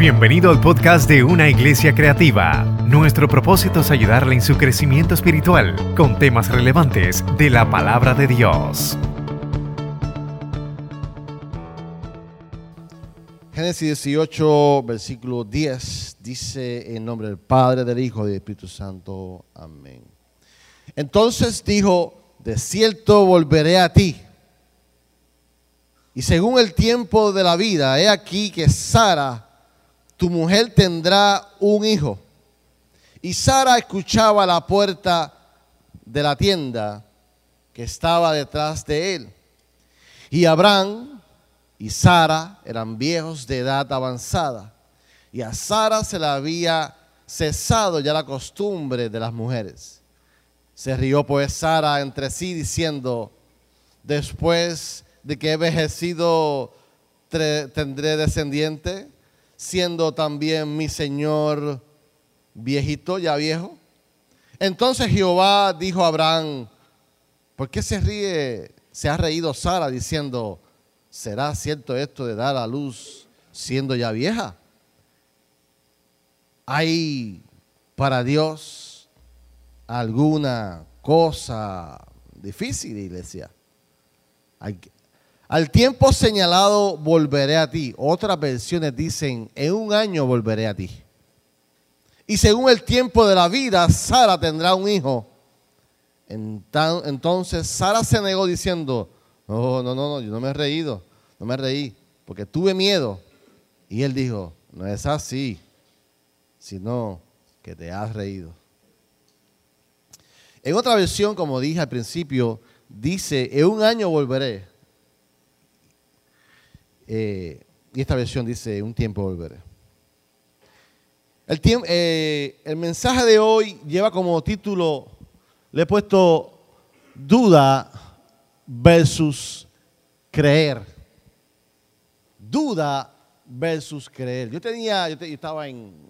Bienvenido al podcast de Una Iglesia Creativa. Nuestro propósito es ayudarle en su crecimiento espiritual con temas relevantes de la Palabra de Dios. Génesis 18, versículo 10, dice en nombre del Padre, del Hijo y del Espíritu Santo. Amén. Entonces dijo, de cierto volveré a ti. Y según el tiempo de la vida, he aquí que Sara, tu mujer, tendrá un hijo. Y Sara escuchaba a la puerta de la tienda que estaba detrás de él. Y Abraham y Sara eran viejos de edad avanzada, y a Sara se le había cesado ya la costumbre de las mujeres. Se rió pues Sara entre sí diciendo, después de que he envejecido tendré descendiente, siendo también mi señor viejito, ya viejo. Entonces Jehová dijo a Abraham, ¿por qué se ha reído Sara diciendo, ¿será cierto esto de dar a luz siendo ya vieja? ¿Hay para Dios alguna cosa difícil, iglesia? Al tiempo señalado volveré a ti. Otras versiones dicen, en un año volveré a ti. Y según el tiempo de la vida, Sara tendrá un hijo. Entonces Sara se negó diciendo, no, yo no me he reído, no me reí, porque tuve miedo. Y él dijo, no es así, sino que te has reído. En otra versión, como dije al principio, dice, en un año volveré. Y esta versión dice, un tiempo volveré. El mensaje de hoy lleva como título, le he puesto duda versus creer. Duda versus creer. Yo estaba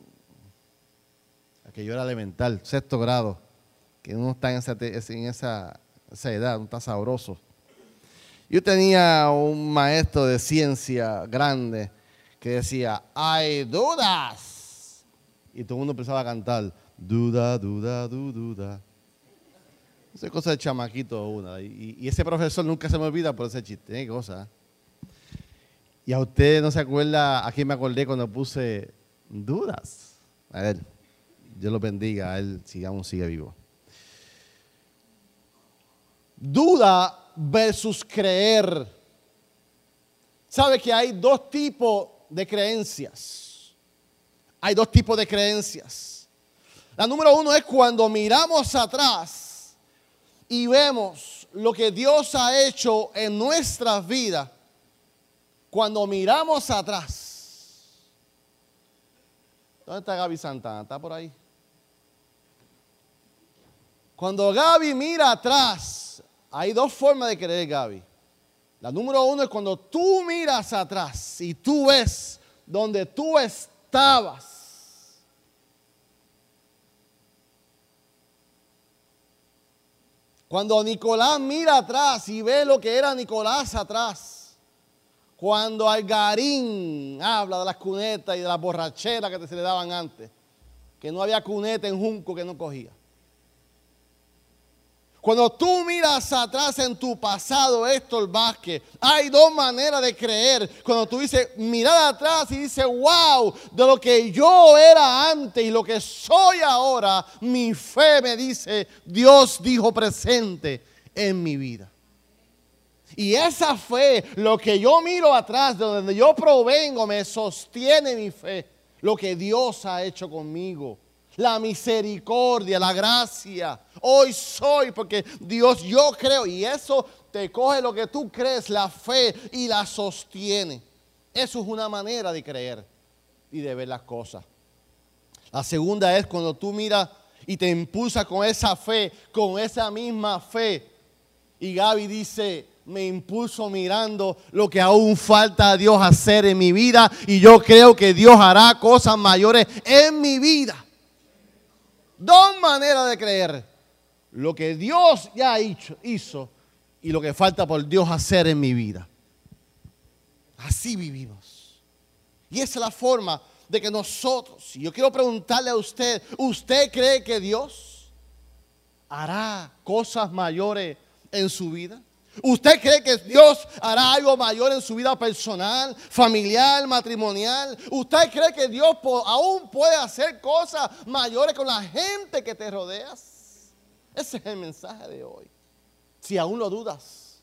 que yo era elemental, sexto grado, que uno está en esa edad, uno está sabroso. Yo tenía un maestro de ciencia grande que decía, hay dudas. Y todo el mundo empezaba a cantar, duda, duda, duda. Esa cosa de chamaquito una. Y ese profesor nunca se me olvida por ese chiste, qué cosa. Y a usted no se acuerda, aquí me acordé cuando puse dudas. A ver, Dios lo bendiga, a él aún sigue vivo. Duda versus creer. ¿Sabe que hay dos tipos de creencias? Hay dos tipos de creencias. La número uno es cuando miramos atrás y vemos lo que Dios ha hecho en nuestras vidas. Cuando miramos atrás. ¿Dónde está Gaby Santana? ¿Está por ahí? Cuando Gaby mira atrás, hay dos formas de creer, Gaby. La número uno es cuando tú miras atrás y tú ves donde tú estabas. Cuando Nicolás mira atrás y ve lo que era Nicolás atrás. Cuando Algarín habla de las cunetas y de las borracheras que se le daban antes. Que no había cuneta en Junco que no cogía. Cuando tú miras atrás en tu pasado, Héctor Vázquez, hay dos maneras de creer. Cuando tú dices, mirar atrás y dices, wow, de lo que yo era antes y lo que soy ahora, mi fe me dice, Dios dijo presente en mi vida. Y esa fe, lo que yo miro atrás, de donde yo provengo, me sostiene mi fe. Lo que Dios ha hecho conmigo. La misericordia, la gracia. Hoy soy porque Dios, yo creo. Y eso te coge lo que tú crees, la fe, y la sostiene. Eso es una manera de creer y de ver las cosas. La segunda es cuando tú miras y te impulsa con esa fe, con esa misma fe. Y Gaby dice, me impulso mirando lo que aún falta a Dios hacer en mi vida. Y yo creo que Dios hará cosas mayores en mi vida. Dos maneras de creer. Lo que Dios ya hizo y lo que falta por Dios hacer en mi vida. Así vivimos. Y esa es la forma de que nosotros, y yo quiero preguntarle a usted, ¿usted cree que Dios hará cosas mayores en su vida? ¿Usted cree que Dios hará algo mayor en su vida personal, familiar, matrimonial? ¿Usted cree que Dios aún puede hacer cosas mayores con la gente que te rodeas? Ese es el mensaje de hoy. Si aún lo dudas,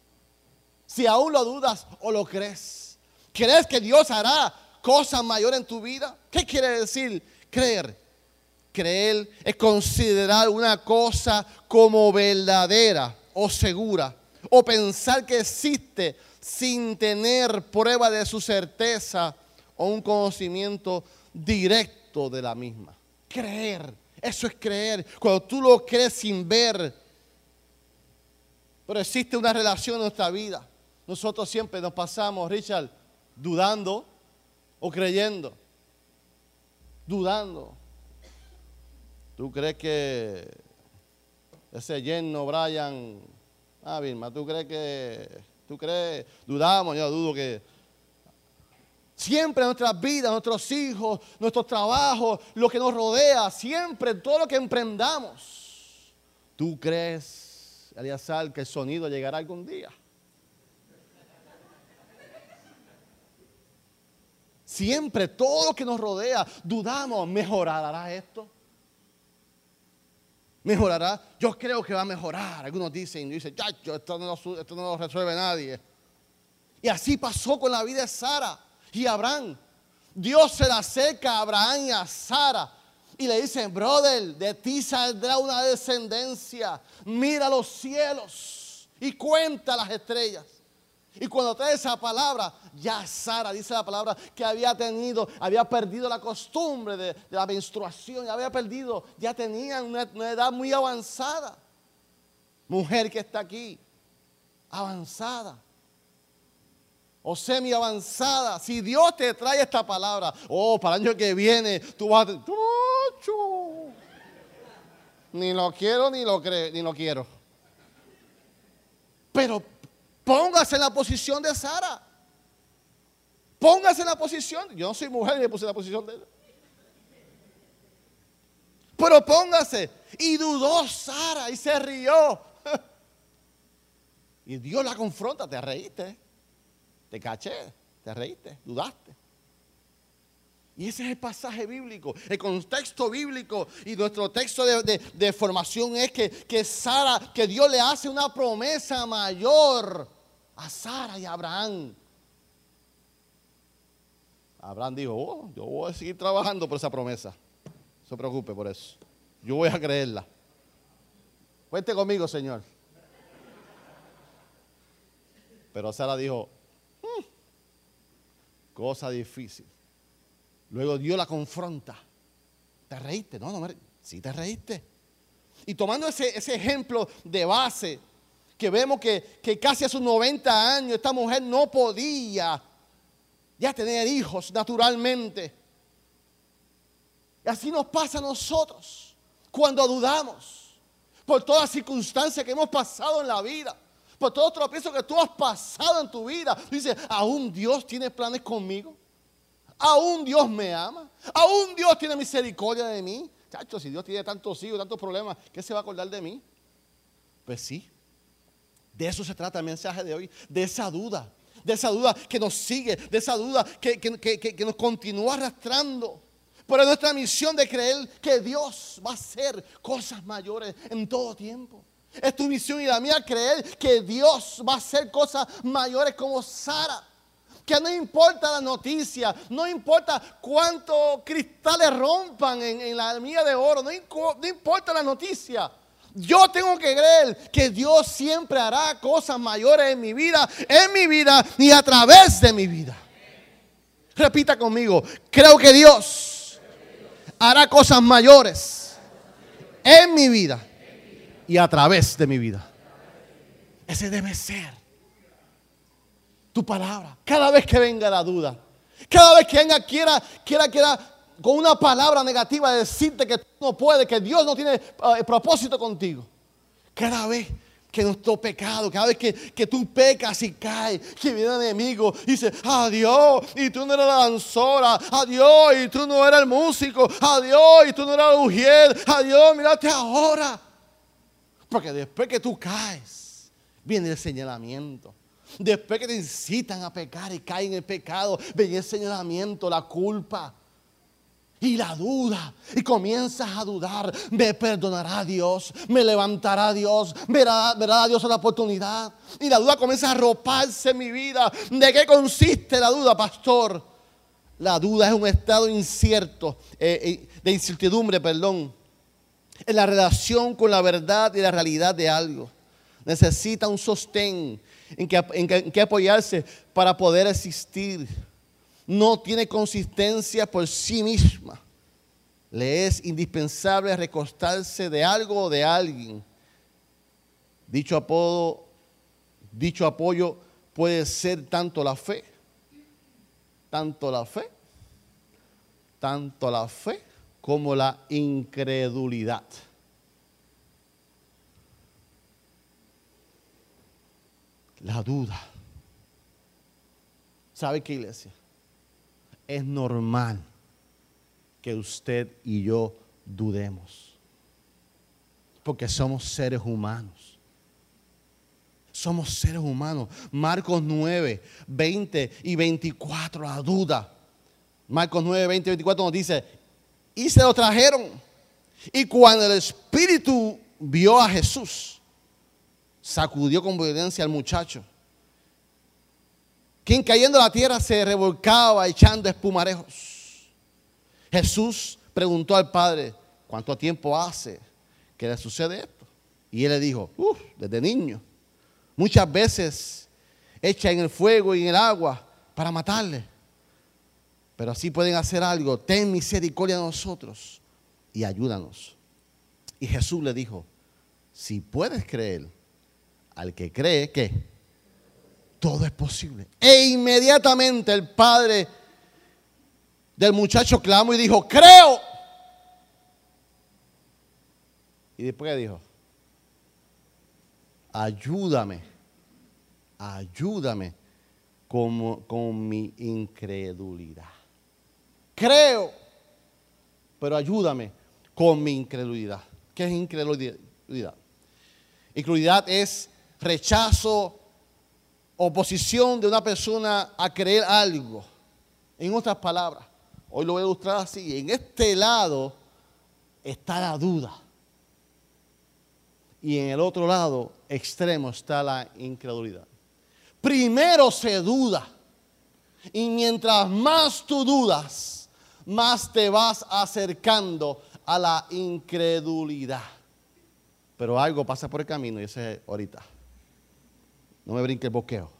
o lo crees, ¿crees que Dios hará cosas mayores en tu vida? ¿Qué quiere decir creer? Creer es considerar una cosa como verdadera o segura, o pensar que existe sin tener prueba de su certeza o un conocimiento directo de la misma. Creer, eso es creer. Cuando tú lo crees sin ver, pero existe una relación en nuestra vida. Nosotros siempre nos pasamos, Richard, dudando o creyendo. Dudando. ¿Tú crees que ese yerno Brian, Vilma, tú crees, dudamos? Yo dudo que siempre en nuestras vidas, nuestros hijos, nuestros trabajos, lo que nos rodea, siempre, todo lo que emprendamos, ¿tú crees, Eliazar, que el sonido llegará algún día? Siempre, todo lo que nos rodea, dudamos, ¿mejorará esto? ¿Mejorará? Yo creo que va a mejorar. Algunos dicen, chacho, esto no lo resuelve nadie. Y así pasó con la vida de Sara y Abraham. Dios se le acerca a Abraham y a Sara y le dice, brother, de ti saldrá una descendencia. Mira los cielos y cuenta las estrellas. Y cuando trae esa palabra, ya Sara, dice la palabra, que había perdido la costumbre de la menstruación, ya tenía una edad muy avanzada. Mujer que está aquí, avanzada, o semi avanzada. Si Dios te trae esta palabra, para el año que viene, tú vas a... Ni lo quiero, ni lo quiero. Pero póngase en la posición de Sara. Póngase en la posición. Yo no soy mujer y me puse en la posición de ella. Pero póngase. Y dudó Sara y se rió. Y Dios la confronta. Te reíste. Te caché. Te reíste. Dudaste. Y ese es el pasaje bíblico, el contexto bíblico. Y nuestro texto de formación es que Sara, que Dios le hace una promesa mayor a Sara y a Abraham. Abraham dijo, yo voy a seguir trabajando por esa promesa. No se preocupe por eso. Yo voy a creerla. Cuente conmigo, Señor. Pero Sara dijo, cosa difícil. Luego Dios la confronta. ¿Te reíste? No, sí te reíste. Y tomando ese ejemplo de base, que vemos que casi a sus 90 años esta mujer no podía ya tener hijos naturalmente. Y así nos pasa a nosotros cuando dudamos por todas las circunstancias que hemos pasado en la vida, por todo tropiezo que tú has pasado en tu vida. Tú dices, ¿aún Dios tiene planes conmigo? ¿Aún Dios me ama? ¿Aún Dios tiene misericordia de mí? Chacho, si Dios tiene tantos hijos, tantos problemas, ¿qué se va a acordar de mí? Pues sí. De eso se trata el mensaje de hoy, de esa duda que nos sigue, de esa duda que nos continúa arrastrando. Pero es nuestra misión de creer que Dios va a hacer cosas mayores en todo tiempo. Es tu misión y la mía creer que Dios va a hacer cosas mayores como Sara. Que no importa la noticia, no importa cuántos cristales rompan en la milla de oro, no importa la noticia. Yo tengo que creer que Dios siempre hará cosas mayores en mi vida y a través de mi vida. Repita conmigo, creo que Dios hará cosas mayores en mi vida y a través de mi vida. Ese debe ser tu palabra. Cada vez que venga la duda, cada vez que venga quiera con una palabra negativa decirte que tú no puedes, que Dios no tiene propósito contigo. Cada vez Que nuestro pecado, cada vez que tú pecas y caes, que viene el enemigo y dice, adiós, y tú no eras la danzora, adiós, y tú no eras el músico, adiós, y tú no eras el ujier, adiós, mírate ahora. Porque después que tú caes, viene el señalamiento. Después que te incitan a pecar y caen en el pecado, viene el señalamiento, la culpa. Y la duda, y comienzas a dudar, ¿me perdonará Dios? ¿Me levantará Dios? ¿Verá Dios la oportunidad? Y la duda comienza a arroparse en mi vida. ¿De qué consiste la duda, pastor? La duda es un estado incierto, de incertidumbre, en la relación con la verdad y la realidad de algo. Necesita un sostén en que apoyarse para poder existir. No tiene consistencia por sí misma. Le es indispensable recostarse de algo o de alguien. Dicho apoyo puede ser tanto la fe como la incredulidad. La duda. ¿Sabe qué, iglesia? Es normal que usted y yo dudemos, porque somos seres humanos. Somos seres humanos. Marcos 9, 20 y 24, la duda. Marcos 9, 20 y 24 nos dice, y se lo trajeron. Y cuando el espíritu vio a Jesús, sacudió con violencia al muchacho, quien cayendo a la tierra se revolcaba echando espumarejos. Jesús preguntó al padre, ¿cuánto tiempo hace que le sucede esto? Y él le dijo, desde niño. Muchas veces echa en el fuego y en el agua para matarle. Pero así pueden hacer algo. Ten misericordia de nosotros y ayúdanos. Y Jesús le dijo, si puedes creer, al que cree, ¿qué? Todo es posible. E inmediatamente el padre del muchacho clamó y dijo, creo. Y después dijo, ayúdame con mi incredulidad. Creo, pero ayúdame con mi incredulidad. ¿Qué es incredulidad? Incredulidad es rechazo, oposición de una persona a creer algo. En otras palabras, hoy lo voy a ilustrar así. En este lado está la duda. Y en el otro lado extremo está la incredulidad. Primero se duda. Y mientras más tú dudas, más te vas acercando a la incredulidad. Pero algo pasa por el camino y ese es ahorita. No me brinque el boqueo.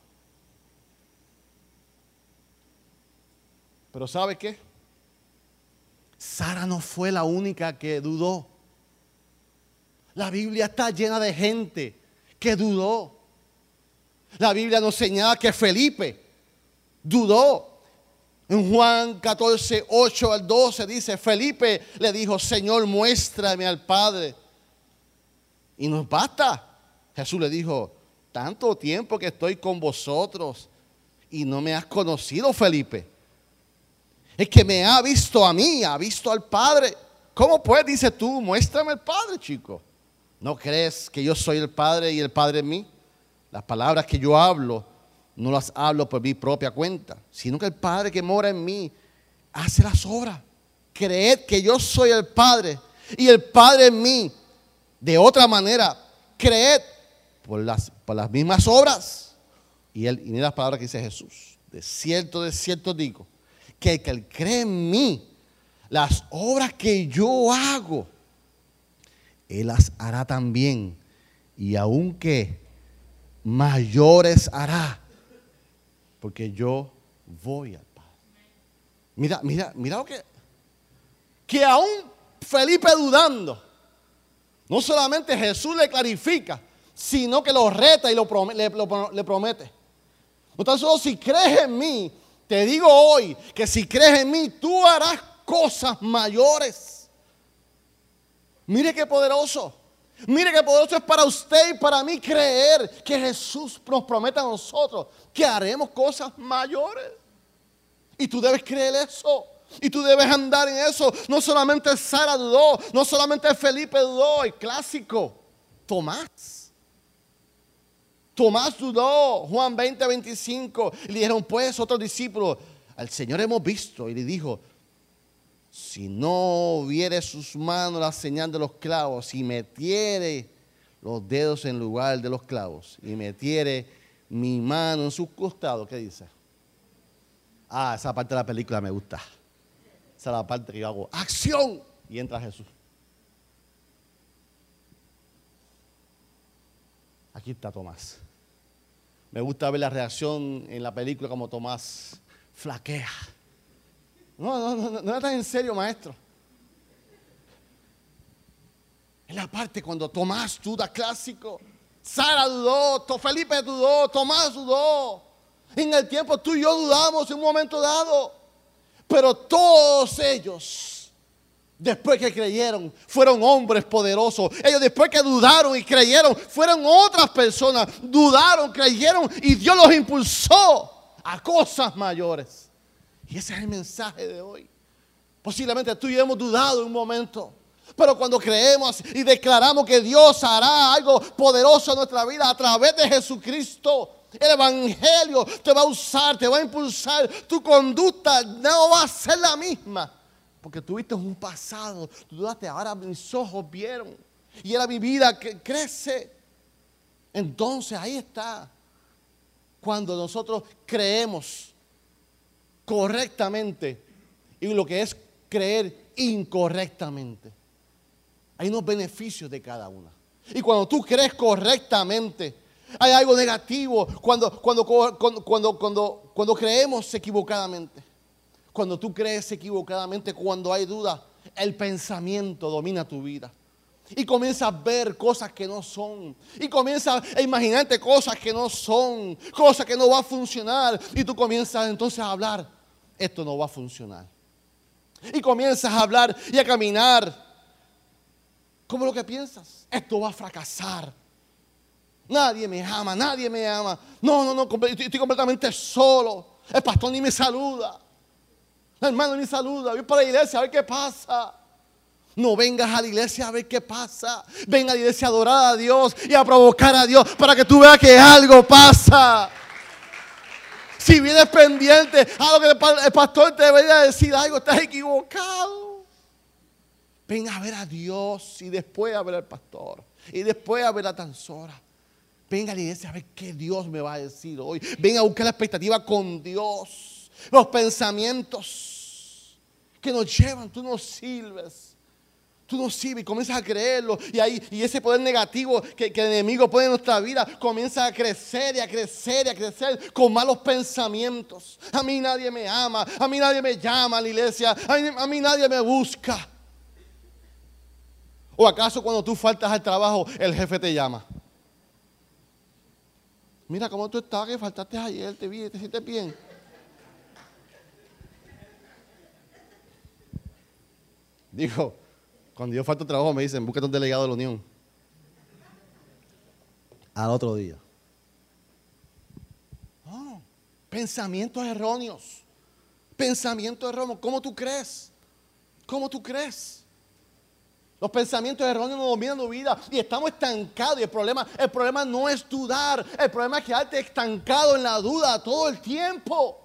Pero ¿sabe qué? Sara no fue la única que dudó. La Biblia está llena de gente que dudó. La Biblia nos señala que Felipe dudó. En Juan 14, 8 al 12 dice, Felipe le dijo, Señor, muéstrame al Padre. Y nos basta. Jesús le dijo, tanto tiempo que estoy con vosotros y no me has conocido, Felipe. El que me ha visto a mí, ha visto al Padre. ¿Cómo pues, dices tú, muéstrame al Padre, chico? ¿No crees que yo soy el Padre y el Padre en mí? Las palabras que yo hablo, no las hablo por mi propia cuenta, sino que el Padre que mora en mí hace las obras. Creed que yo soy el Padre y el Padre en mí. De otra manera, creed por las mismas obras. Y mira las palabras que dice Jesús. De cierto digo, que el que cree en mí, las obras que yo hago, él las hará también. Y aunque mayores hará, porque yo voy al Padre. Mira lo que aún Felipe dudando, no solamente Jesús le clarifica, sino que lo reta y le promete. No tan solo si crees en mí, te digo hoy que si crees en mí, tú harás cosas mayores. Mire qué poderoso. Mire qué poderoso es para usted y para mí creer que Jesús nos promete a nosotros que haremos cosas mayores. Y tú debes creer eso. Y tú debes andar en eso. No solamente Sara dudó, no solamente Felipe dudó, el clásico, Tomás. Tomás dudó, Juan 20:25. Y le dijeron pues otros discípulos, al Señor hemos visto. Y le dijo, si no viere sus manos la señal de los clavos, y metiere los dedos en lugar de los clavos, y metiere mi mano en sus costados, ¿qué dice? Esa parte de la película me gusta. Esa es la parte que yo hago, ¡acción! Y entra Jesús. Aquí está Tomás. Me gusta ver la reacción en la película como Tomás flaquea. No era tan en serio, maestro. Es la parte cuando Tomás duda, clásico. Sara dudó, Felipe dudó, Tomás dudó. En el tiempo tú y yo dudamos en un momento dado. Pero todos ellos, después que creyeron, fueron hombres poderosos. Ellos después que dudaron y creyeron, fueron otras personas. Dudaron, creyeron y Dios los impulsó a cosas mayores. Y ese es el mensaje de hoy. Posiblemente tú y yo hemos dudado en un momento. Pero cuando creemos y declaramos que Dios hará algo poderoso en nuestra vida a través de Jesucristo, el Evangelio te va a usar, te va a impulsar. Tu conducta no va a ser la misma. Porque tuviste un pasado, tú dudaste, ahora mis ojos vieron. Y era mi vida que crece. Entonces ahí está. Cuando nosotros creemos correctamente y lo que es creer incorrectamente. Hay unos beneficios de cada una. Y cuando tú crees correctamente, hay algo negativo cuando creemos equivocadamente. Cuando tú crees equivocadamente, cuando hay duda, el pensamiento domina tu vida. Y comienzas a ver cosas que no son. Y comienzas a imaginarte cosas que no son. Cosas que no van a funcionar. Y tú comienzas entonces a hablar. Esto no va a funcionar. Y comienzas a hablar y a caminar. ¿Cómo lo que piensas? Esto va a fracasar. Nadie me ama, nadie me ama. No, estoy completamente solo. El pastor ni me saluda. El hermano ni saluda. Voy para la iglesia a ver qué pasa. No vengas a la iglesia a ver qué pasa. Ven a la iglesia a adorar a Dios y a provocar a Dios para que tú veas que algo pasa. Si vienes pendiente a lo que el pastor te debería decir algo, estás equivocado. Ven a ver a Dios y después a ver al pastor. Y después a ver a Tansora. Ven a la iglesia a ver qué Dios me va a decir hoy. Ven a buscar la expectativa con Dios. Los pensamientos que nos llevan, tú nos sirves. Tú no sirves y comienzas a creerlo. Y ese poder negativo que el enemigo pone en nuestra vida comienza a crecer y a crecer y a crecer con malos pensamientos. A mí nadie me ama. A mí nadie me llama a la iglesia. A mí nadie me busca. ¿O acaso cuando tú faltas al trabajo el jefe te llama? Mira cómo tú estás, que faltaste ayer, te vi, te sientes bien. Dijo, cuando yo falto trabajo me dicen, búscate un delegado de la Unión. Al otro día. Oh, pensamientos erróneos. Pensamientos erróneos. ¿Cómo tú crees? ¿Cómo tú crees? Los pensamientos erróneos nos dominan tu vida y estamos estancados. Y el problema no es dudar. El problema es quedarte estancado en la duda todo el tiempo.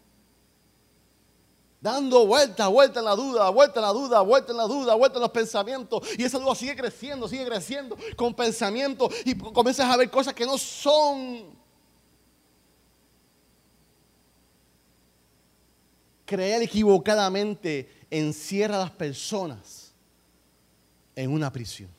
Dando vuelta en la duda, vuelta en la duda, vuelta en la duda, vuelta en los pensamientos. Y esa duda sigue creciendo con pensamientos. Y comienzas a ver cosas que no son. Creer equivocadamente encierra a las personas en una prisión.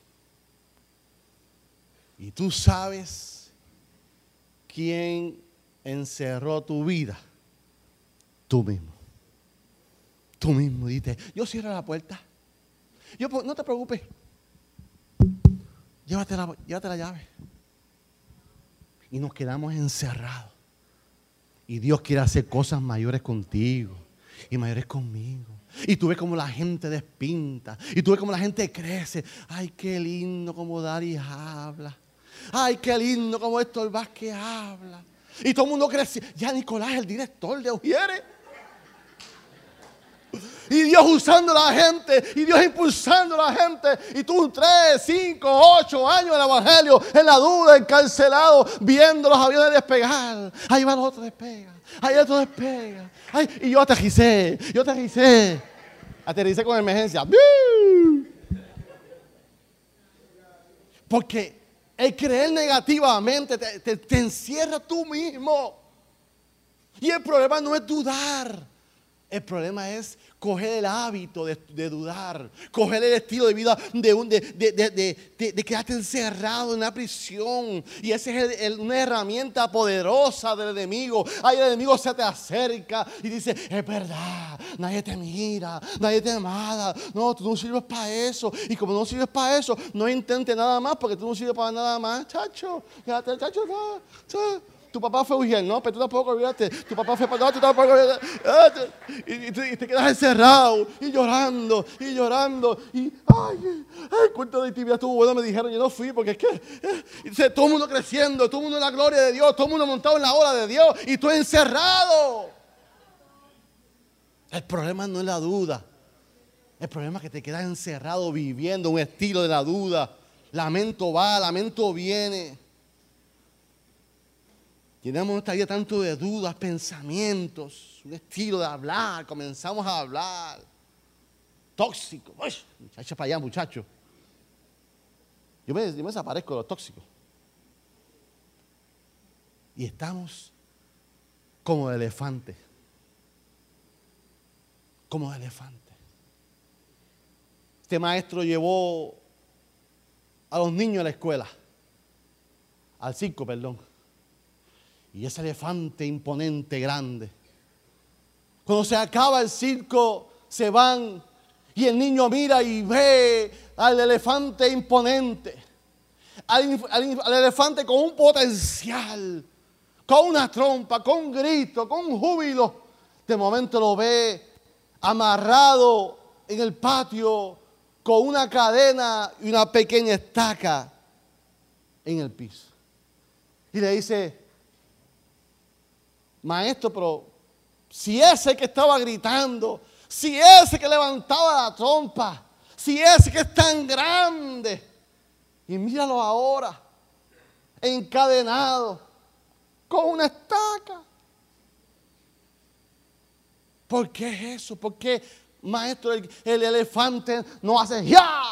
Y tú sabes quién encerró tu vida. Tú mismo. Tú mismo dices, yo cierro la puerta. No te preocupes. Llévate la llave. Y nos quedamos encerrados. Y Dios quiere hacer cosas mayores contigo. Y mayor es conmigo. Y tú ves como la gente despinta. Y tú ves como la gente crece. Ay, qué lindo como Dari habla. Ay, qué lindo como Héctor Vázquez habla. Y todo el mundo crece. Ya Nicolás es el director de Ujieres. Y Dios usando a la gente. Y Dios impulsando a la gente. Y tú 3, 5, 8 años en el evangelio. En la duda, encarcelado. Viendo los aviones despegar. Ahí va el otro despega. Ahí el otro despega. Ay, y yo aterricé. Aterricé con emergencia. Porque el creer negativamente te encierra tú mismo. Y el problema no es dudar. El problema es coger el hábito de dudar, coger el estilo de vida de quedarte encerrado en una prisión. Y esa es una herramienta poderosa del enemigo. Ahí el enemigo se te acerca y dice, es verdad, nadie te mira, nadie te amada. No, tú no sirves para eso. Y como no sirves para eso, no intentes nada más porque tú no sirves para nada más, chacho. Quédate, chacho, no. Tu papá fue Ujiel, no, pero tú tampoco olvidaste. Tu papá fue para tú tampoco olvidaste. Y te quedas encerrado y llorando. Y ay, el cuento de intimidad estuvo bueno, me dijeron, yo no fui porque es que todo el mundo creciendo, todo el mundo en la gloria de Dios, todo el mundo montado en la ola de Dios y tú encerrado. El problema no es la duda. El problema es que te quedas encerrado viviendo un estilo de la duda. Lamento va, lamento viene. Llenamos nuestra vida tanto de dudas, pensamientos, un estilo de hablar. Comenzamos a hablar. Tóxico. Uy, muchacha para allá, muchacho. Yo me desaparezco de los tóxicos. Y estamos como de elefante. Como de elefante. Este maestro llevó a los niños a la escuela. Al circo, perdón. Y ese elefante imponente, grande. Cuando se acaba el circo, se van y el niño mira y ve al elefante imponente. Al elefante con un potencial, con una trompa, con un grito, con un júbilo. De momento lo ve amarrado en el patio con una cadena y una pequeña estaca en el piso. Y le dice, maestro, pero si ese que estaba gritando, si ese que levantaba la trompa, si ese que es tan grande, y míralo ahora, encadenado, con una estaca. ¿Por qué es eso? ¿Por qué, maestro, el elefante no hace ya?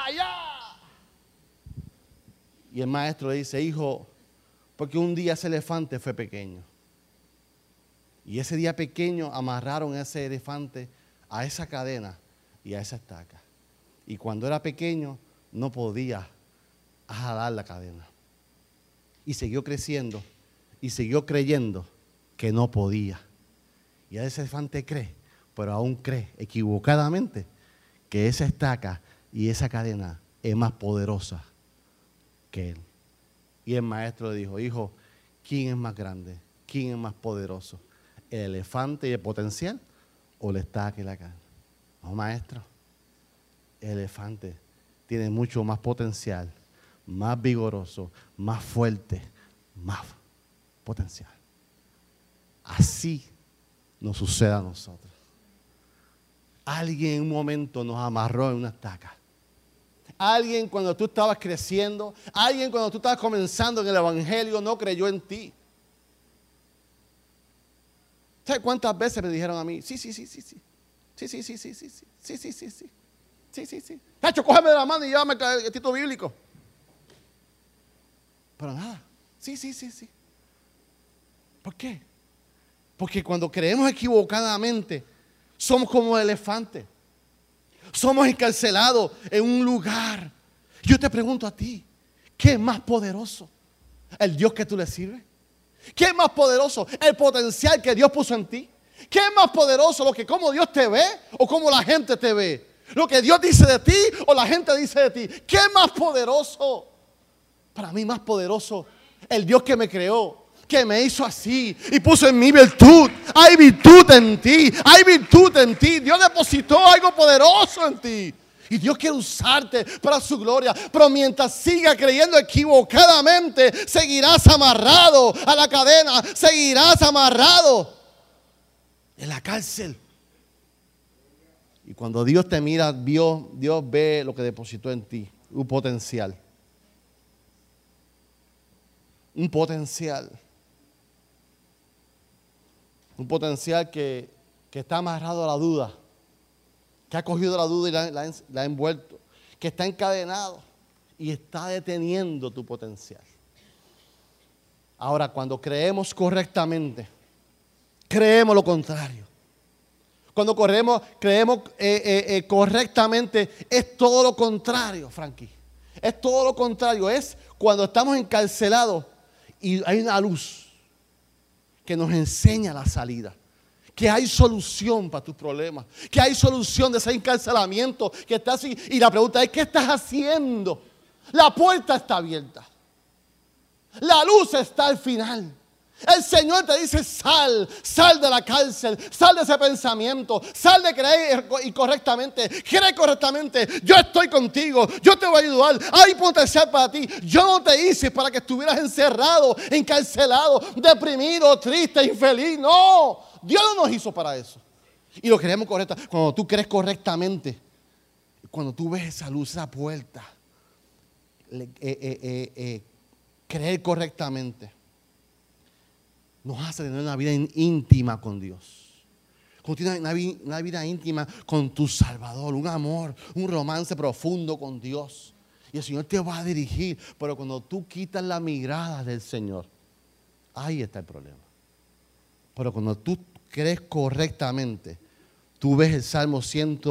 Y el maestro le dice, hijo, porque un día ese elefante fue pequeño. Y ese día pequeño amarraron a ese elefante a esa cadena y a esa estaca. Y cuando era pequeño no podía jalar la cadena. Y siguió creciendo y siguió creyendo que no podía. Y ese elefante cree, pero aún cree equivocadamente que esa estaca y esa cadena es más poderosa que él. Y el maestro le dijo, hijo, ¿quién es más grande? ¿Quién es más poderoso? ¿El elefante y el potencial o la estaca y la cadena? No, maestro. El elefante tiene mucho más potencial, más vigoroso, más fuerte, más potencial. Así nos sucede a nosotros. Alguien en un momento nos amarró en una estaca. Alguien cuando tú estabas creciendo, alguien cuando tú estabas comenzando en el evangelio no creyó en ti. ¿Sabes cuántas veces me dijeron a mí? Sí. Cacho, cógeme de la mano y llévame el título bíblico. Pero nada. Sí. ¿Por qué? Porque cuando creemos equivocadamente, somos como elefantes. Somos encarcelados en un lugar. Yo te pregunto a ti, ¿qué es más poderoso? ¿El Dios que tú le sirves? ¿Qué es más poderoso? ¿El potencial que Dios puso en ti? ¿Qué es más poderoso? ¿Lo que cómo Dios te ve o cómo la gente te ve? ¿Lo que Dios dice de ti o la gente dice de ti? ¿Qué es más poderoso? Para mí más poderoso el Dios que me creó. que me hizo así y puso en mí virtud. Hay virtud en ti, hay virtud en ti. Dios depositó algo poderoso en ti. Y Dios quiere usarte para su gloria. Pero mientras siga creyendo equivocadamente, seguirás amarrado a la cadena, seguirás amarrado en la cárcel. Y cuando Dios te mira, Dios ve lo que depositó en ti, un potencial. Un potencial. Un potencial que está amarrado a la duda. Que ha cogido la duda y la ha envuelto. Que está encadenado y está deteniendo tu potencial. Ahora, cuando creemos correctamente, creemos lo contrario. Cuando creemos correctamente, es todo lo contrario, Frankie. Es todo lo contrario. Es cuando estamos encarcelados y hay una luz que nos enseña la salida. Que hay solución para tus problemas. Que hay solución de ese encarcelamiento que está así. Y la pregunta es, ¿qué estás haciendo? La puerta está abierta. La luz está al final. El Señor te dice, sal de la cárcel, sal de ese pensamiento, sal de creer incorrectamente, cree correctamente. Yo estoy contigo, yo te voy a ayudar, hay potencial para ti. Yo no te hice para que estuvieras encerrado, encarcelado, deprimido, triste, infeliz. No, Dios no nos hizo para eso. Y lo queremos correctamente. Cuando tú crees correctamente, cuando tú ves esa luz, esa puerta, creer correctamente nos hace tener una vida íntima con Dios. Cuando tienes una vida íntima con tu Salvador, un amor, un romance profundo con Dios. Y el Señor te va a dirigir. Pero cuando tú quitas la mirada del Señor, ahí está el problema. Pero cuando tú crees correctamente, tú ves el Salmo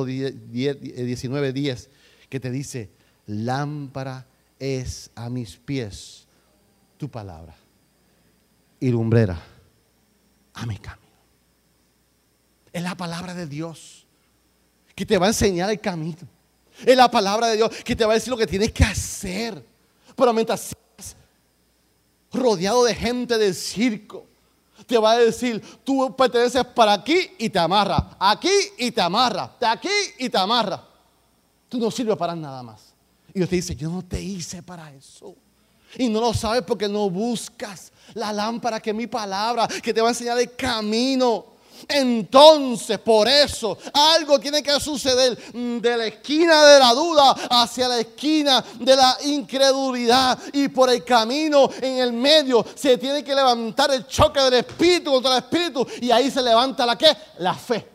119:10 que te dice, lámpara es a mis pies tu palabra y lumbrera a mi camino. Es la palabra de Dios que te va a enseñar el camino. Es la palabra de Dios que te va a decir lo que tienes que hacer. Pero mientras seas rodeado de gente del circo, te va a decir, tú perteneces para aquí y te amarra, aquí y te amarra, de aquí y te amarra. Tú no sirves para nada más. Y Dios te dice, yo no te hice para eso. Y no lo sabes porque no buscas la lámpara que es mi palabra, que te va a enseñar el camino. Entonces, por eso, algo tiene que suceder de la esquina de la duda hacia la esquina de la incredulidad. Y por el camino, en el medio, se tiene que levantar el choque del espíritu contra el espíritu. Y ahí se levanta ¿la qué? La fe.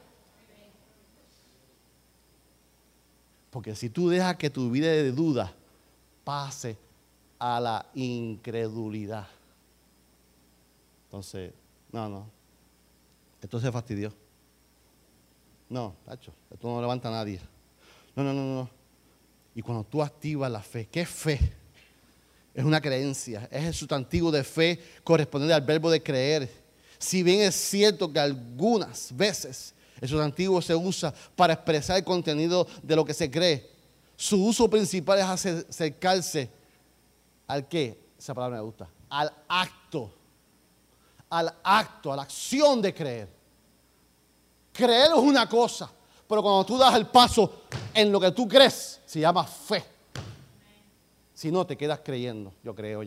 Porque si tú dejas que tu vida de duda pase a la incredulidad, entonces, no. Esto se fastidió. No, tacho, esto no levanta a nadie. No. Y cuando tú activas la fe, ¿qué es fe? Es una creencia, es el sustantivo de fe correspondiente al verbo de creer. Si bien es cierto que algunas veces el sustantivo se usa para expresar el contenido de lo que se cree, su uso principal es acercarse ¿al qué? Esa palabra me gusta. Al acto, a la acción de creer. Creer es una cosa, pero cuando tú das el paso en lo que tú crees, se llama fe. Si no, te quedas creyendo. Yo creo.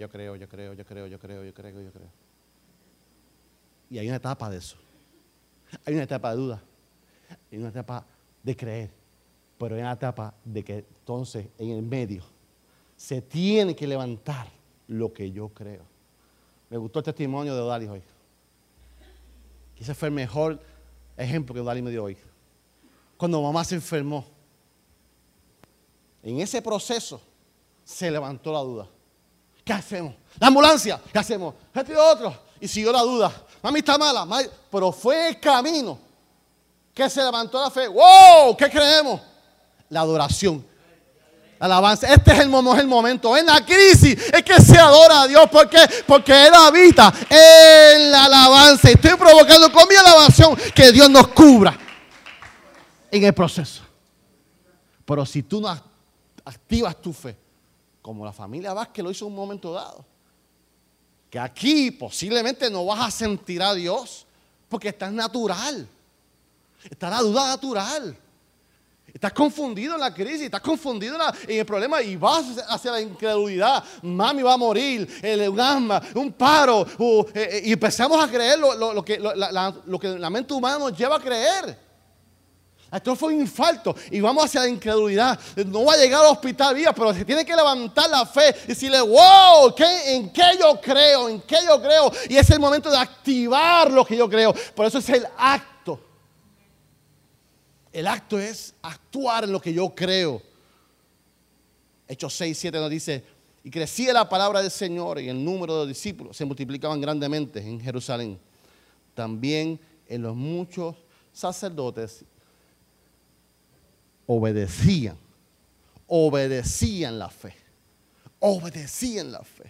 Y hay una etapa de eso. Hay una etapa de duda. Hay una etapa de creer. Pero hay una etapa de que entonces en el medio se tiene que levantar lo que yo creo. Me gustó el testimonio de Odalis hoy. Ese fue el mejor ejemplo que Odalis me dio hoy. Cuando mamá se enfermó, en ese proceso se levantó la duda. ¿Qué hacemos? La ambulancia, ¿qué hacemos? Este y otro. Y siguió la duda. Mami está mala, pero fue el camino que se levantó la fe. ¡Wow! ¿Qué creemos? La adoración. Alabanza. Este es el momento. En la crisis es que se adora a Dios. ¿Por qué? Porque Él habita en la alabanza. Estoy provocando con mi alabación que Dios nos cubra en el proceso. Pero si tú no activas tu fe, como la familia Vázquez lo hizo en un momento dado, que aquí posiblemente no vas a sentir a Dios porque estás natural. Está la duda natural. Estás confundido en la crisis, estás confundido en el problema y vas hacia la incredulidad. Mami va a morir, un asma, un paro. Y empezamos a creer lo que la mente humana nos lleva a creer. Esto fue un infarto y vamos hacia la incredulidad. No va a llegar al hospital viva, pero se tiene que levantar la fe y decirle, wow, ¿en qué yo creo? ¿En qué yo creo? Y es el momento de activar lo que yo creo. Por eso es el acto. El acto es actuar en lo que yo creo. Hechos 6:7 nos dice, y crecía la palabra del Señor y el número de discípulos se multiplicaban grandemente en Jerusalén. También en los muchos sacerdotes obedecían la fe. Obedecían la fe.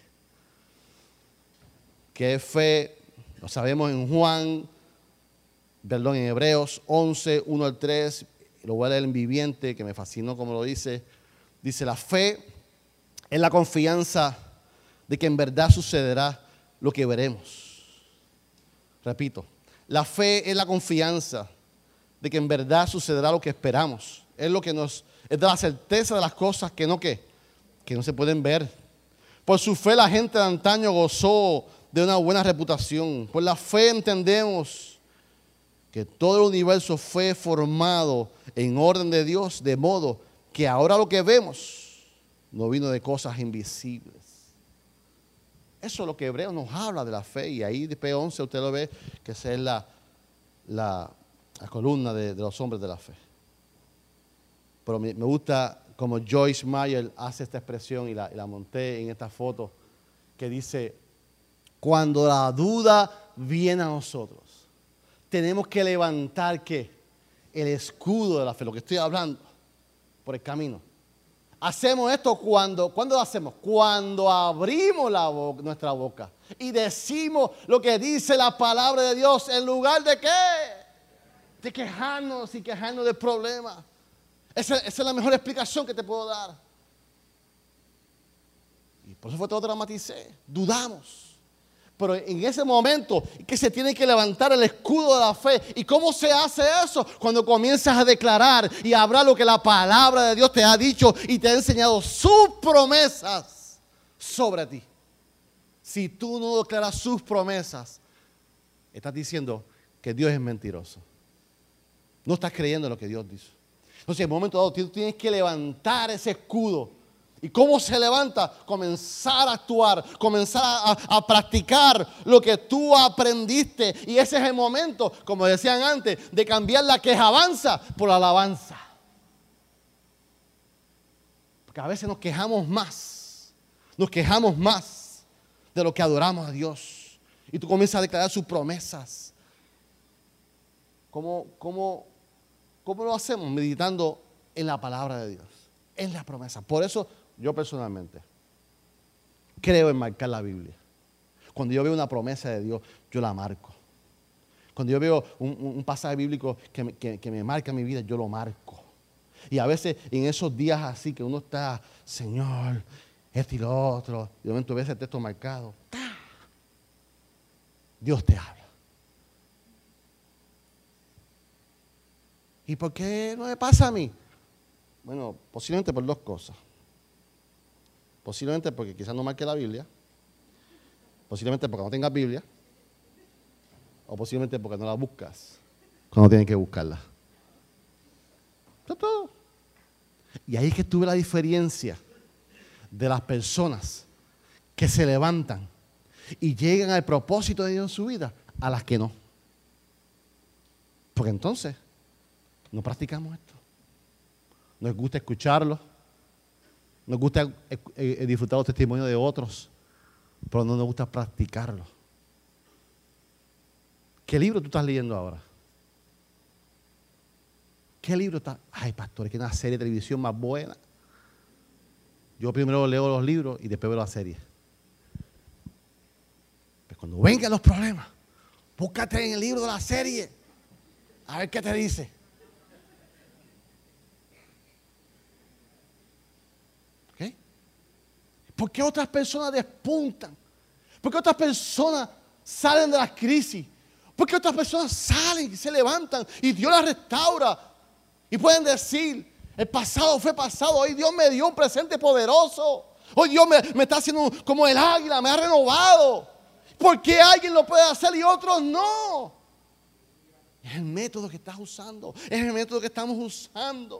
¿Qué fe? Lo sabemos en Hebreos 11, 1 al 3, lo voy a leer en viviente, que me fascinó como lo dice. Dice, la fe es la confianza de que en verdad sucederá lo que veremos. Repito, la fe es la confianza de que en verdad sucederá lo que esperamos. Es lo que es de la certeza de las cosas que no se pueden ver. Por su fe la gente de antaño gozó de una buena reputación. Por la fe entendemos que todo el universo fue formado en orden de Dios, de modo que ahora lo que vemos no vino de cosas invisibles. Eso es lo que Hebreos nos habla de la fe. Y ahí de P11 usted lo ve, que esa es la columna de los hombres de la fe. Pero me gusta como Joyce Meyer hace esta expresión y la monté en esta foto, que dice, cuando la duda viene a nosotros, tenemos que levantar, ¿qué? El escudo de la fe, lo que estoy hablando, por el camino. Hacemos esto ¿cuándo lo hacemos? Cuando abrimos nuestra boca y decimos lo que dice la palabra de Dios, en lugar de ¿qué? De quejarnos del problema. Esa es la mejor explicación que te puedo dar. Y por eso fue todo dramaticé. Dudamos. Pero en ese momento que se tiene que levantar el escudo de la fe. ¿Y cómo se hace eso? Cuando comienzas a declarar y a hablar lo que la palabra de Dios te ha dicho y te ha enseñado sus promesas sobre ti. Si tú no declaras sus promesas, estás diciendo que Dios es mentiroso. No estás creyendo en lo que Dios dice. Entonces, en un momento dado, tú tienes que levantar ese escudo. ¿Y cómo se levanta? Comenzar a actuar, comenzar a practicar lo que tú aprendiste. Y ese es el momento, como decían antes, de cambiar la quejabanza por la alabanza. Porque a veces nos quejamos más de lo que adoramos a Dios. Y tú comienzas a declarar sus promesas. ¿Cómo lo hacemos? Meditando en la palabra de Dios, en la promesa. Por eso yo personalmente creo en marcar la Biblia. Cuando yo veo una promesa de Dios, yo la marco. Cuando yo veo un pasaje bíblico que me marca mi vida, yo lo marco. Y a veces en esos días así que uno está, Señor, esto y lo otro, de momento ves el texto marcado, Dios te habla. ¿Y por qué no me pasa a mí? Bueno, posiblemente por dos cosas. Posiblemente porque quizás no marque la Biblia. Posiblemente porque no tengas Biblia. O posiblemente porque no la buscas cuando tienes que buscarla. Eso es todo. Y ahí es que tuve la diferencia de las personas que se levantan y llegan al propósito de Dios en su vida a las que no. Porque entonces no practicamos esto. Nos gusta escucharlo. Nos gusta disfrutar los testimonios de otros. Pero no nos gusta practicarlo. ¿Qué libro tú estás leyendo ahora? ¿Qué libro estás? Ay, pastor, es que una serie de televisión más buena. Yo primero leo los libros y después veo la serie. Pero cuando vengan los problemas, búscate en el libro de la serie. A ver qué te dice. ¿Ok? ¿Por qué otras personas despuntan? ¿Por qué otras personas salen de las crisis? ¿Por qué otras personas salen y se levantan y Dios las restaura? Y pueden decir, el pasado fue pasado, hoy Dios me dio un presente poderoso. Hoy Dios me está haciendo como el águila, me ha renovado. ¿Por qué alguien lo puede hacer y otros no? Es el método que estás usando, es el método que estamos usando.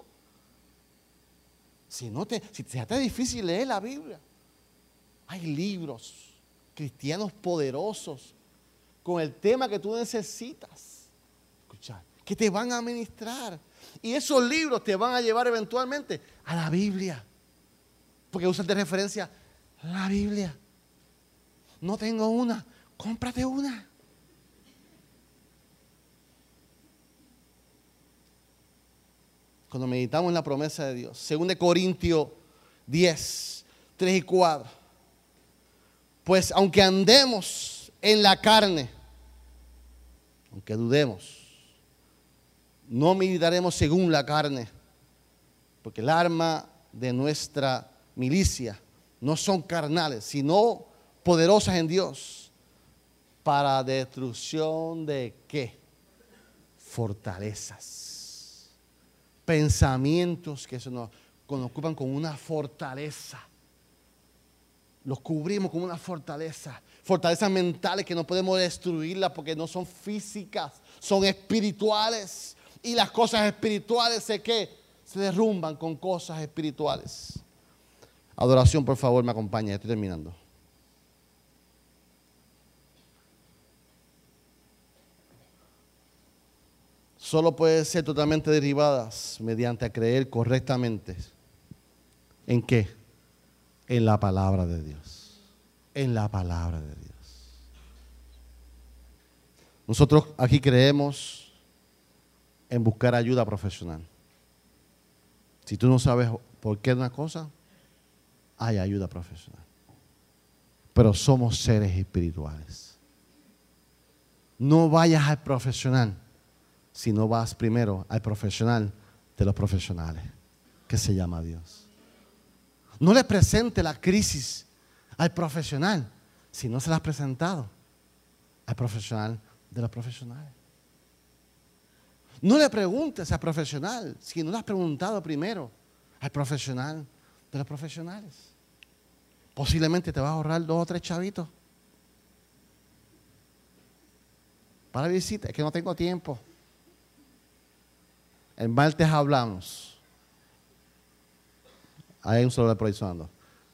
Si te hace difícil leer la Biblia, hay libros cristianos poderosos con el tema que tú necesitas escuchar, que te van a ministrar. Y esos libros te van a llevar eventualmente a la Biblia, porque usan de referencia la Biblia. No tengo una, cómprate una. Cuando meditamos en la promesa de Dios, 2 Corintios 10, 3 y 4. Pues aunque andemos en la carne, aunque dudemos, no militaremos según la carne, porque el arma de nuestra milicia no son carnales, sino poderosas en Dios para destrucción de ¿qué? Fortalezas, pensamientos que nos ocupan con una fortaleza. Los cubrimos con una fortaleza. Fortalezas mentales que no podemos destruirlas porque no son físicas, son espirituales. Y las cosas espirituales se derrumban con cosas espirituales. Adoración, por favor, me acompaña. Estoy terminando. Solo pueden ser totalmente derribadas mediante creer correctamente. ¿En qué? En la palabra de Dios. En la palabra de Dios. Nosotros aquí creemos en buscar ayuda profesional. Si tú no sabes por qué una cosa, hay ayuda profesional. Pero somos seres espirituales. No vayas al profesional si no vas primero al profesional de los profesionales, que se llama Dios. No le presente la crisis al profesional si no se la has presentado al profesional de los profesionales. No le preguntes al profesional si no le has preguntado primero al profesional de los profesionales. Posiblemente te vas a ahorrar 2 o 3 chavitos para visita. Es que no tengo tiempo. El martes hablamos. Hay un celular por ahí sonando.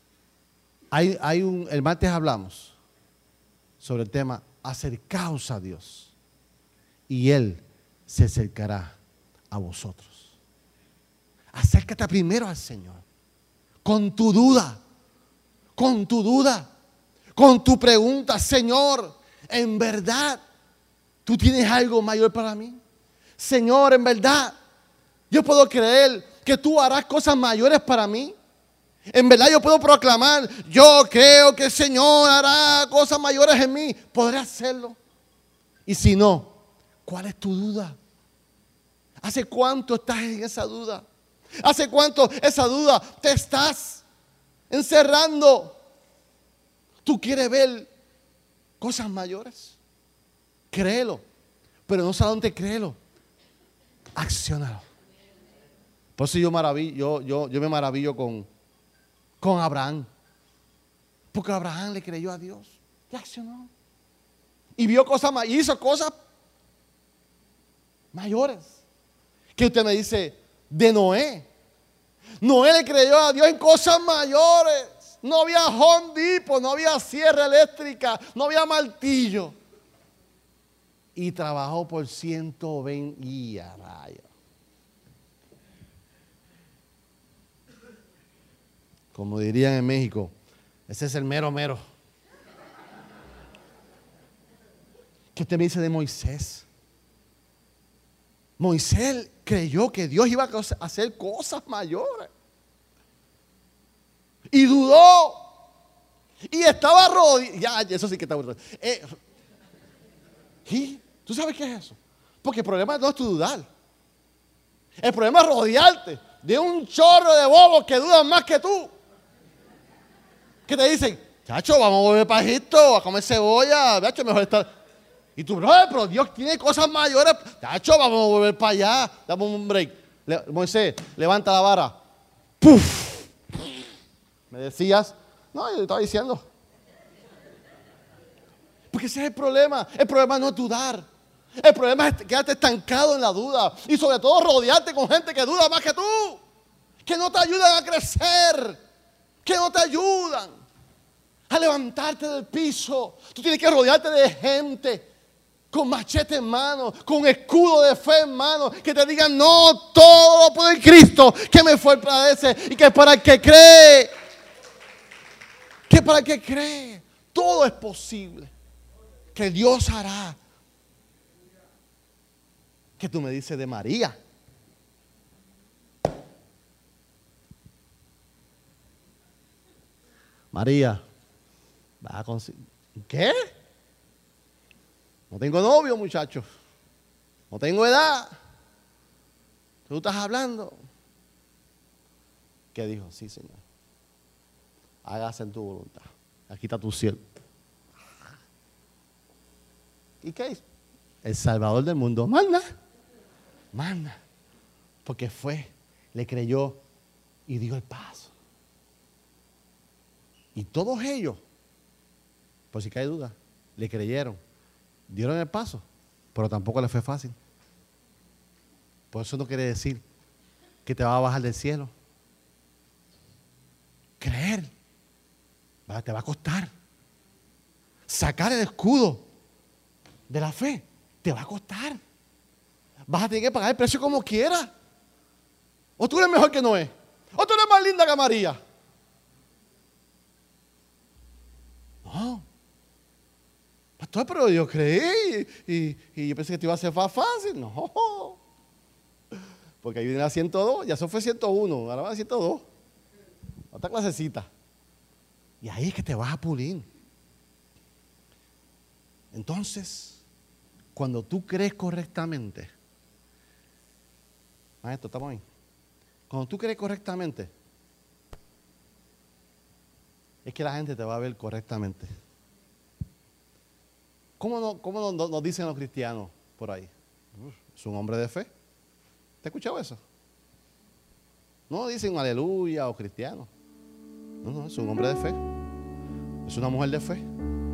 El martes hablamos sobre el tema acercaos a Dios y Él se acercará a vosotros. Acércate primero al Señor con tu duda, con tu pregunta. Señor, ¿en verdad tú tienes algo mayor para mí? Señor, ¿en verdad yo puedo creer que tú harás cosas mayores para mí? En verdad yo puedo proclamar, yo creo que el Señor hará cosas mayores en mí. ¿Podré hacerlo? Y si no, ¿cuál es tu duda? ¿Hace cuánto estás en esa duda? ¿Hace cuánto esa duda te estás encerrando? ¿Tú quieres ver cosas mayores? Créelo, pero no solamente créelo, acciónalo. Por eso yo me maravillo con Abraham. Porque Abraham le creyó a Dios y accionó. Y vio cosas y hizo cosas mayores. Que usted me dice de Noé. Noé le creyó a Dios en cosas mayores. No había Home Depot, no había sierra eléctrica, no había martillo. Y trabajó por 120 días. Como dirían en México, ese es el mero mero. ¿Qué usted me dice de Moisés? Moisés creyó que Dios iba a hacer cosas mayores. Y dudó. Y estaba rodeado. Ya, eso sí que está bueno. ¿Y tú sabes qué es eso? Porque el problema no es tu dudar. El problema es rodearte de un chorro de bobos que dudan más que tú. Que te dicen, Chacho, vamos a volver para Egipto, a comer cebolla. Chacho, mejor estar. Y tú, brother, pero Dios tiene cosas mayores. Chacho, vamos a volver para allá. Dame un break. Moisés, levanta la vara. ¡Puf! Me decías. No, yo te estaba diciendo. Porque ese es el problema. El problema no es dudar. El problema es quedarte estancado en la duda. Y sobre todo rodearte con gente que duda más que tú. Que no te ayudan a crecer. Que no te ayudan a levantarte del piso. Tú tienes que rodearte de gente con machete en mano, con escudo de fe en mano, que te digan, no, todo lo puede en Cristo, que me fortalece y que para el que cree, que para el que cree, todo es posible, que Dios hará. ¿Qué tú me dices de María? María, va a conseguir. ¿Qué? No tengo novio, muchachos. No tengo edad. Tú estás hablando. ¿Qué dijo? Sí, Señor. Hágase en tu voluntad. Aquí está tu siervo. ¿Y qué hizo? El Salvador del mundo. Manda. Porque fue, le creyó y dio el paso. Y todos ellos, por si cae duda, le creyeron. Dieron el paso, pero tampoco le fue fácil. Por eso no quiere decir que te va a bajar del cielo. Creer te va a costar. Sacar el escudo de la fe te va a costar. Vas a tener que pagar el precio como quieras. O tú eres mejor que Noé. O tú eres más linda que María. No. Pastor, pero yo creí y yo pensé que te iba a ser más fácil. No. Porque ahí viene la 102, ya eso fue 101, ahora va a 102. Otra clasecita. Y ahí es que te vas a pulir. Entonces, cuando tú crees correctamente, maestro, estamos ahí. Cuando tú crees correctamente, es que la gente te va a ver correctamente. ¿Cómo nos dicen los cristianos por ahí? Es un hombre de fe. ¿Te has escuchado eso? No dicen aleluya o cristiano. No, es un hombre de fe. Es una mujer de fe.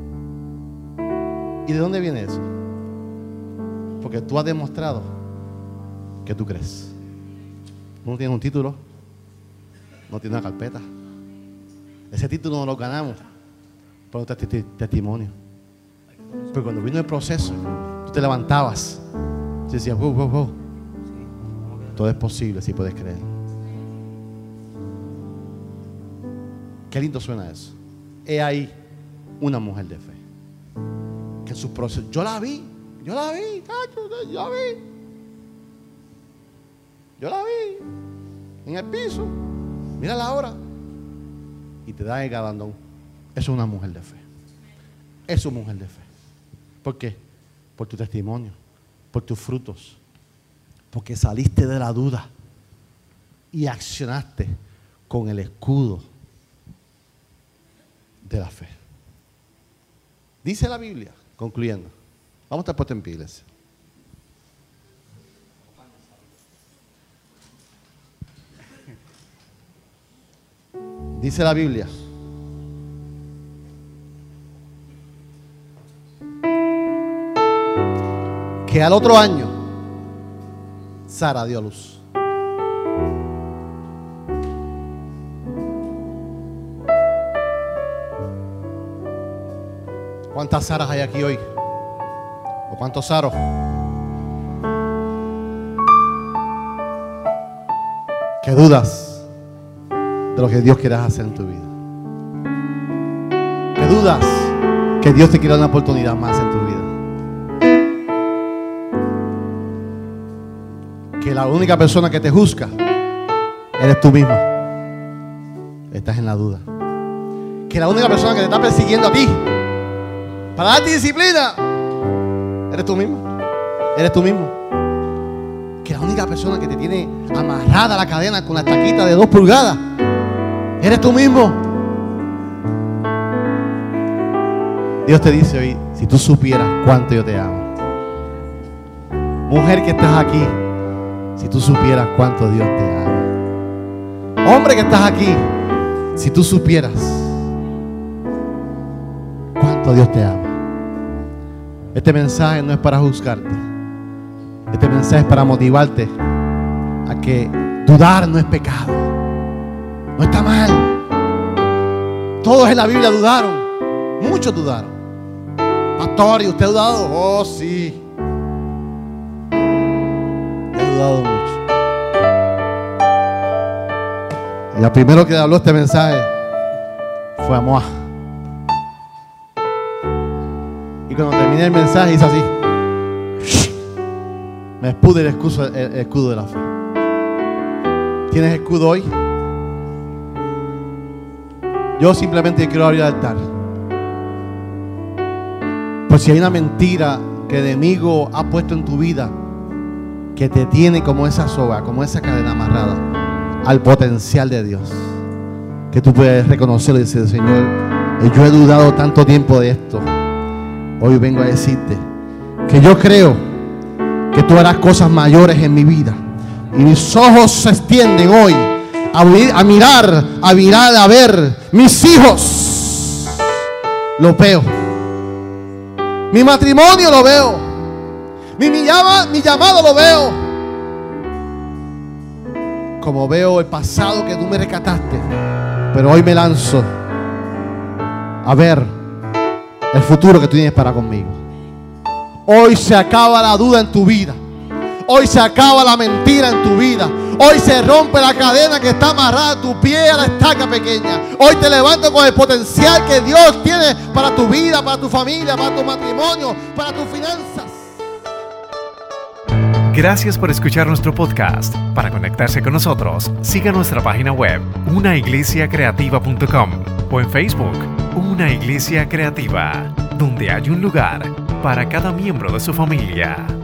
¿Y de dónde viene eso? Porque tú has demostrado que tú crees. Uno tiene un título, no tiene una carpeta. Ese título no lo ganamos por un testimonio. Pero cuando vino el proceso, tú te levantabas y decías, wow. Todo es posible si puedes creer. Qué lindo suena eso. He ahí una mujer de fe. Que en sus procesos, yo la vi. En el piso. Mírala ahora. Y te da el galardón. Eso es una mujer de fe. Es una mujer de fe. ¿Por qué? Por tu testimonio, por tus frutos. Porque saliste de la duda y accionaste con el escudo de la fe. Dice la Biblia, concluyendo. Vamos a estar puestos en pie, iglesia. Dice la Biblia que al otro año Sara dio a luz. ¿Cuántas Saras hay aquí hoy? ¿O cuántos Saros? ¿Qué dudas de lo que Dios quiere hacer en tu vida? ¿Qué dudas que Dios te quiere dar una oportunidad más en tu vida? Que la única persona que te juzga eres tú mismo. Estás en la duda. Que la única persona que te está persiguiendo a ti para darte disciplina eres tú mismo. Eres tú mismo. Que la única persona que te tiene amarrada la cadena con la estaquita de 2 pulgadas eres tú mismo. Dios te dice hoy, si tú supieras cuánto yo te amo. Mujer que estás aquí, si tú supieras cuánto Dios te ama. Hombre que estás aquí, si tú supieras cuánto Dios te ama. Este mensaje no es para juzgarte. Este mensaje es para motivarte a que dudar no es pecado. No está mal. Todos en la Biblia dudaron. Muchos dudaron. Pastor, ¿y usted ha dudado? Oh, sí. He dudado mucho. Y el primero que habló este mensaje fue Amós. Y cuando terminé el mensaje hice así. Me expuse el escudo de la fe. ¿Tienes escudo hoy? Yo simplemente quiero abrir el altar. Pues si hay una mentira que el enemigo ha puesto en tu vida, que te tiene como esa soga, como esa cadena amarrada al potencial de Dios, que tú puedes reconocerlo y decir, Señor, yo he dudado tanto tiempo de esto. Hoy vengo a decirte que yo creo que tú harás cosas mayores en mi vida. Y mis ojos se extienden hoy a mirar, a ver mis hijos. Lo veo. Mi matrimonio lo veo. Mi llamado lo veo. Como veo el pasado que tú me rescataste. Pero hoy me lanzo a ver el futuro que tú tienes para conmigo. Hoy se acaba la duda en tu vida. Hoy se acaba la mentira en tu vida. Hoy se rompe la cadena que está amarrada a tu pie a la estaca pequeña. Hoy te levanto con el potencial que Dios tiene para tu vida, para tu familia, para tu matrimonio, para tus finanzas. Gracias por escuchar nuestro podcast. Para conectarse con nosotros, siga nuestra página web, unaiglesiacreativa.com, o en Facebook, Una Iglesia Creativa, donde hay un lugar para cada miembro de su familia.